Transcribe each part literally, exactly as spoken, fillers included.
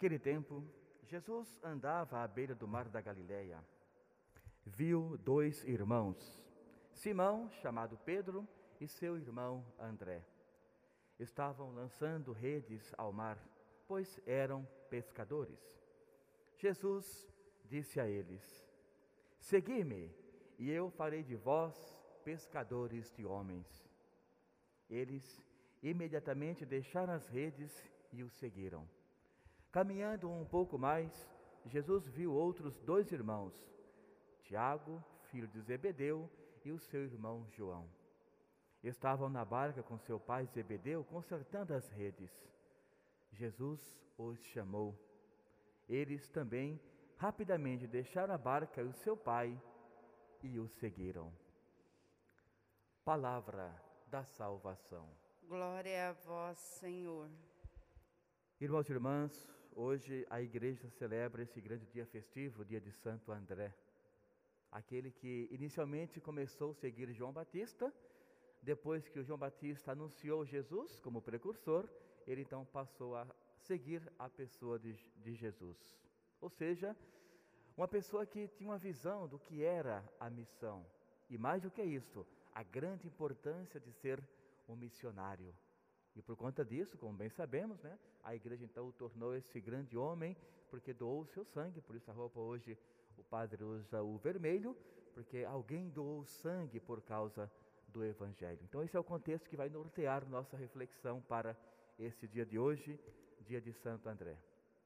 Naquele tempo, Jesus andava à beira do mar da Galileia. Viu dois irmãos, Simão, chamado Pedro, e seu irmão André. Estavam lançando redes ao mar, pois eram pescadores. Jesus disse a eles: Segui-me, e eu farei de vós pescadores de homens. Eles imediatamente deixaram as redes e o seguiram. Caminhando um pouco mais, Jesus viu outros dois irmãos, Tiago, filho de Zebedeu, e o seu irmão João. Estavam na barca com seu pai Zebedeu, consertando as redes. Jesus os chamou. Eles também rapidamente deixaram a barca e o seu pai e o seguiram. Palavra da salvação. Glória a vós, Senhor. Irmãos e irmãs, hoje a igreja celebra esse grande dia festivo, o dia de Santo André. Aquele que inicialmente começou a seguir João Batista, depois que o João Batista anunciou Jesus como precursor, ele então passou a seguir a pessoa de, de Jesus. Ou seja, uma pessoa que tinha uma visão do que era a missão. E mais do que isso, a grande importância de ser um missionário. E por conta disso, como bem sabemos, né, a igreja então o tornou esse grande homem, porque doou o seu sangue. Por isso a roupa hoje o padre usa o vermelho, porque alguém doou sangue por causa do Evangelho. Então esse é o contexto que vai nortear nossa reflexão para esse dia de hoje, dia de Santo André.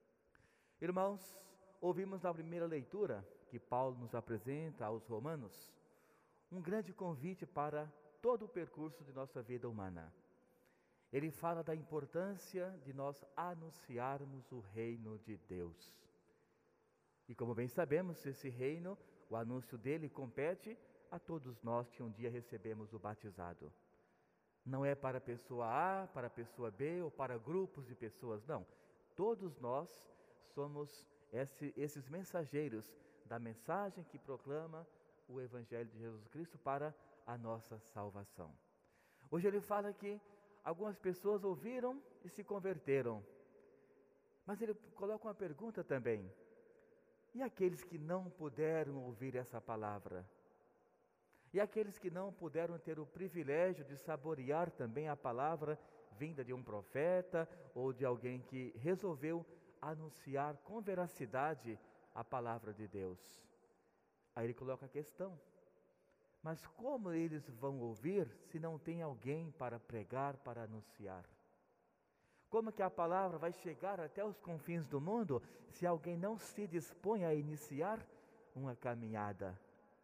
Irmãos, ouvimos na primeira leitura que Paulo nos apresenta aos Romanos um grande convite para todo o percurso de nossa vida humana. Ele fala da importância de nós anunciarmos o reino de Deus. E como bem sabemos, esse reino, o anúncio dele compete a todos nós que um dia recebemos o batizado. Não é para a pessoa A, para a pessoa B ou para grupos de pessoas, não. Todos nós somos esse, esses mensageiros da mensagem que proclama o Evangelho de Jesus Cristo para a nossa salvação. Hoje ele fala que algumas pessoas ouviram e se converteram. Mas ele coloca uma pergunta também. E aqueles que não puderam ouvir essa palavra? E aqueles que não puderam ter o privilégio de saborear também a palavra vinda de um profeta ou de alguém que resolveu anunciar com veracidade a palavra de Deus? Aí ele coloca a questão. Mas como eles vão ouvir se não tem alguém para pregar, para anunciar? Como que a palavra vai chegar até os confins do mundo se alguém não se dispõe a iniciar uma caminhada?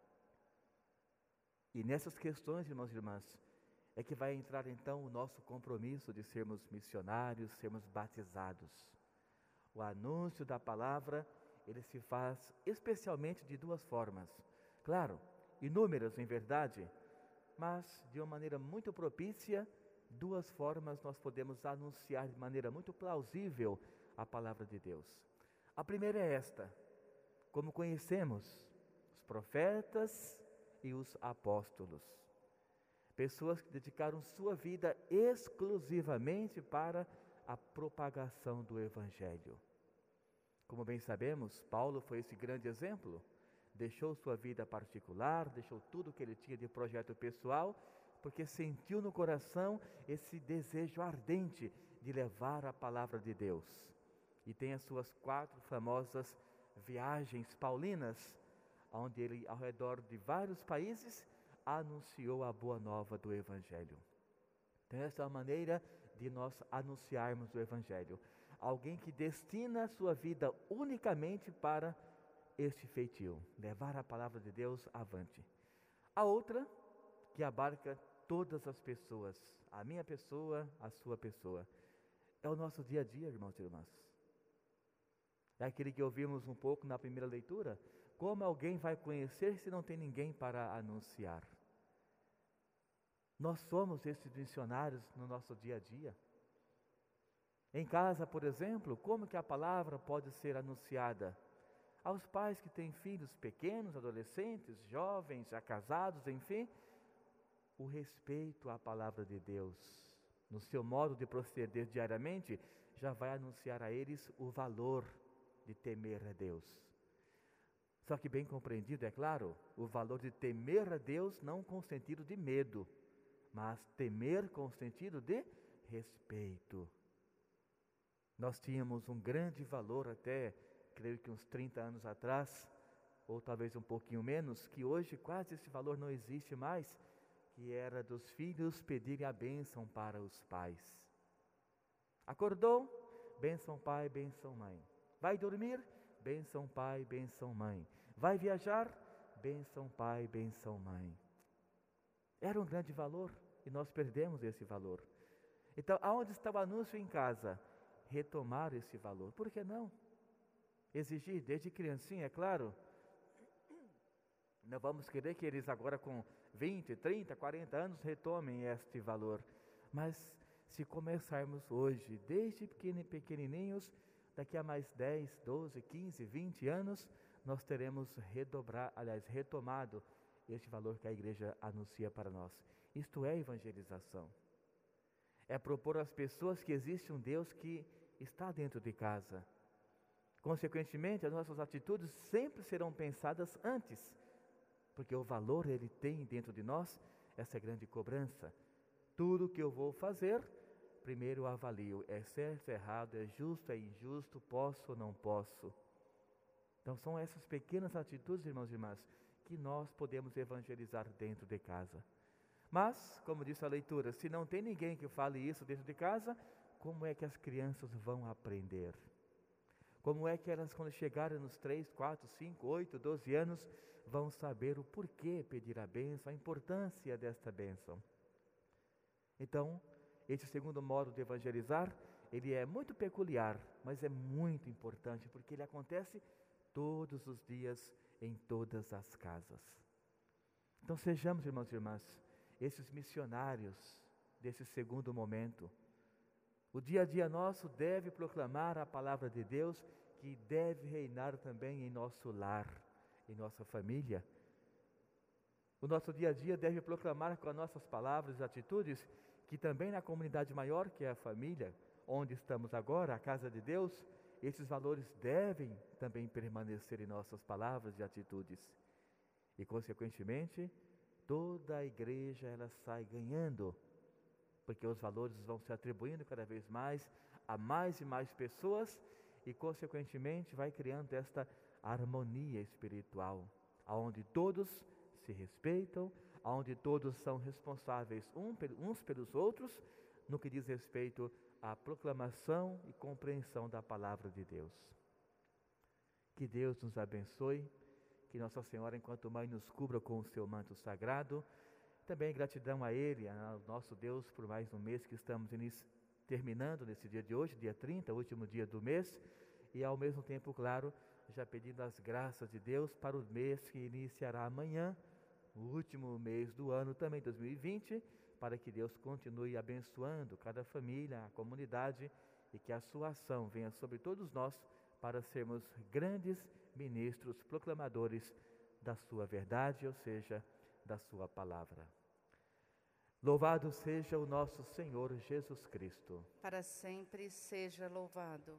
E nessas questões, irmãos e irmãs, é que vai entrar então o nosso compromisso de sermos missionários, sermos batizados. O anúncio da palavra, ele se faz especialmente de duas formas. Claro, inúmeras em verdade, mas de uma maneira muito propícia, duas formas nós podemos anunciar de maneira muito plausível a palavra de Deus. A primeira é esta: como conhecemos os profetas e os apóstolos, pessoas que dedicaram sua vida exclusivamente para a propagação do Evangelho. Como bem sabemos, Paulo foi esse grande exemplo. Deixou sua vida particular, deixou tudo que ele tinha de projeto pessoal, porque sentiu no coração esse desejo ardente de levar a palavra de Deus. E tem as suas quatro famosas viagens paulinas, onde ele, ao redor de vários países, anunciou a boa nova do Evangelho. Então essa é a maneira de nós anunciarmos o Evangelho. Alguém que destina a sua vida unicamente para este feitio, levar a palavra de Deus avante. A outra, que abarca todas as pessoas, a minha pessoa, a sua pessoa, é o nosso dia a dia, irmãos e irmãs. É aquele que ouvimos um pouco na primeira leitura. Como alguém vai conhecer se não tem ninguém para anunciar? Nós somos esses missionários no nosso dia a dia. Em casa, por exemplo, como que a palavra pode ser anunciada? Aos pais que têm filhos pequenos, adolescentes, jovens, já casados, enfim, o respeito à palavra de Deus, no seu modo de proceder diariamente, já vai anunciar a eles o valor de temer a Deus. Só que bem compreendido, é claro, o valor de temer a Deus não com sentido de medo, mas temer com sentido de respeito. Nós tínhamos um grande valor até, creio que uns trinta anos atrás, ou talvez um pouquinho menos, que hoje quase esse valor não existe mais, que era dos filhos pedirem a bênção para os pais. Acordou? Bênção pai, bênção mãe. Vai dormir? Bênção pai, bênção mãe. Vai viajar? Bênção pai, bênção mãe. Era um grande valor e nós perdemos esse valor. Então, aonde está o anúncio em casa? Retomar esse valor. Por que não? Exigir desde criancinha, é claro. Não vamos querer que eles agora com vinte, trinta, quarenta anos retomem este valor. Mas se começarmos hoje, desde pequenininhos, daqui a mais dez, doze, quinze, vinte anos, nós teremos redobrar, aliás, retomado este valor que a igreja anuncia para nós. Isto é evangelização. É propor às pessoas que existe um Deus que está dentro de casa. Consequentemente, as nossas atitudes sempre serão pensadas antes, porque o valor ele tem dentro de nós essa grande cobrança. Tudo que eu vou fazer, primeiro eu avalio, é certo, é errado, é justo, é injusto, posso ou não posso. Então são essas pequenas atitudes, irmãos e irmãs, que nós podemos evangelizar dentro de casa. Mas, como disse a leitura, se não tem ninguém que fale isso dentro de casa, como é que as crianças vão aprender? Como é que elas, quando chegarem nos três, quatro, cinco, oito, doze anos, vão saber o porquê pedir a bênção, a importância desta bênção? Então, esse segundo modo de evangelizar, ele é muito peculiar, mas é muito importante, porque ele acontece todos os dias, em todas as casas. Então sejamos, irmãos e irmãs, esses missionários desse segundo momento. O dia a dia nosso deve proclamar a palavra de Deus, que deve reinar também em nosso lar, em nossa família. O nosso dia a dia deve proclamar com as nossas palavras e atitudes, que também na comunidade maior, que é a família, onde estamos agora, a casa de Deus, esses valores devem também permanecer em nossas palavras e atitudes. E, consequentemente, toda a igreja ela sai ganhando, porque os valores vão se atribuindo cada vez mais a mais e mais pessoas e, consequentemente, vai criando esta harmonia espiritual, onde todos se respeitam, onde todos são responsáveis uns pelos outros, no que diz respeito à proclamação e compreensão da palavra de Deus. Que Deus nos abençoe, que Nossa Senhora, enquanto Mãe, nos cubra com o seu manto sagrado. Também gratidão a Ele, ao nosso Deus, por mais um mês que estamos terminando nesse dia de hoje, dia trinta, último dia do mês, e ao mesmo tempo, claro, já pedindo as graças de Deus para o mês que iniciará amanhã, o último mês do ano, também dois mil e vinte, para que Deus continue abençoando cada família, a comunidade, e que a sua ação venha sobre todos nós para sermos grandes ministros, proclamadores da sua verdade, ou seja, da sua palavra. Louvado seja o nosso Senhor Jesus Cristo. Para sempre seja louvado.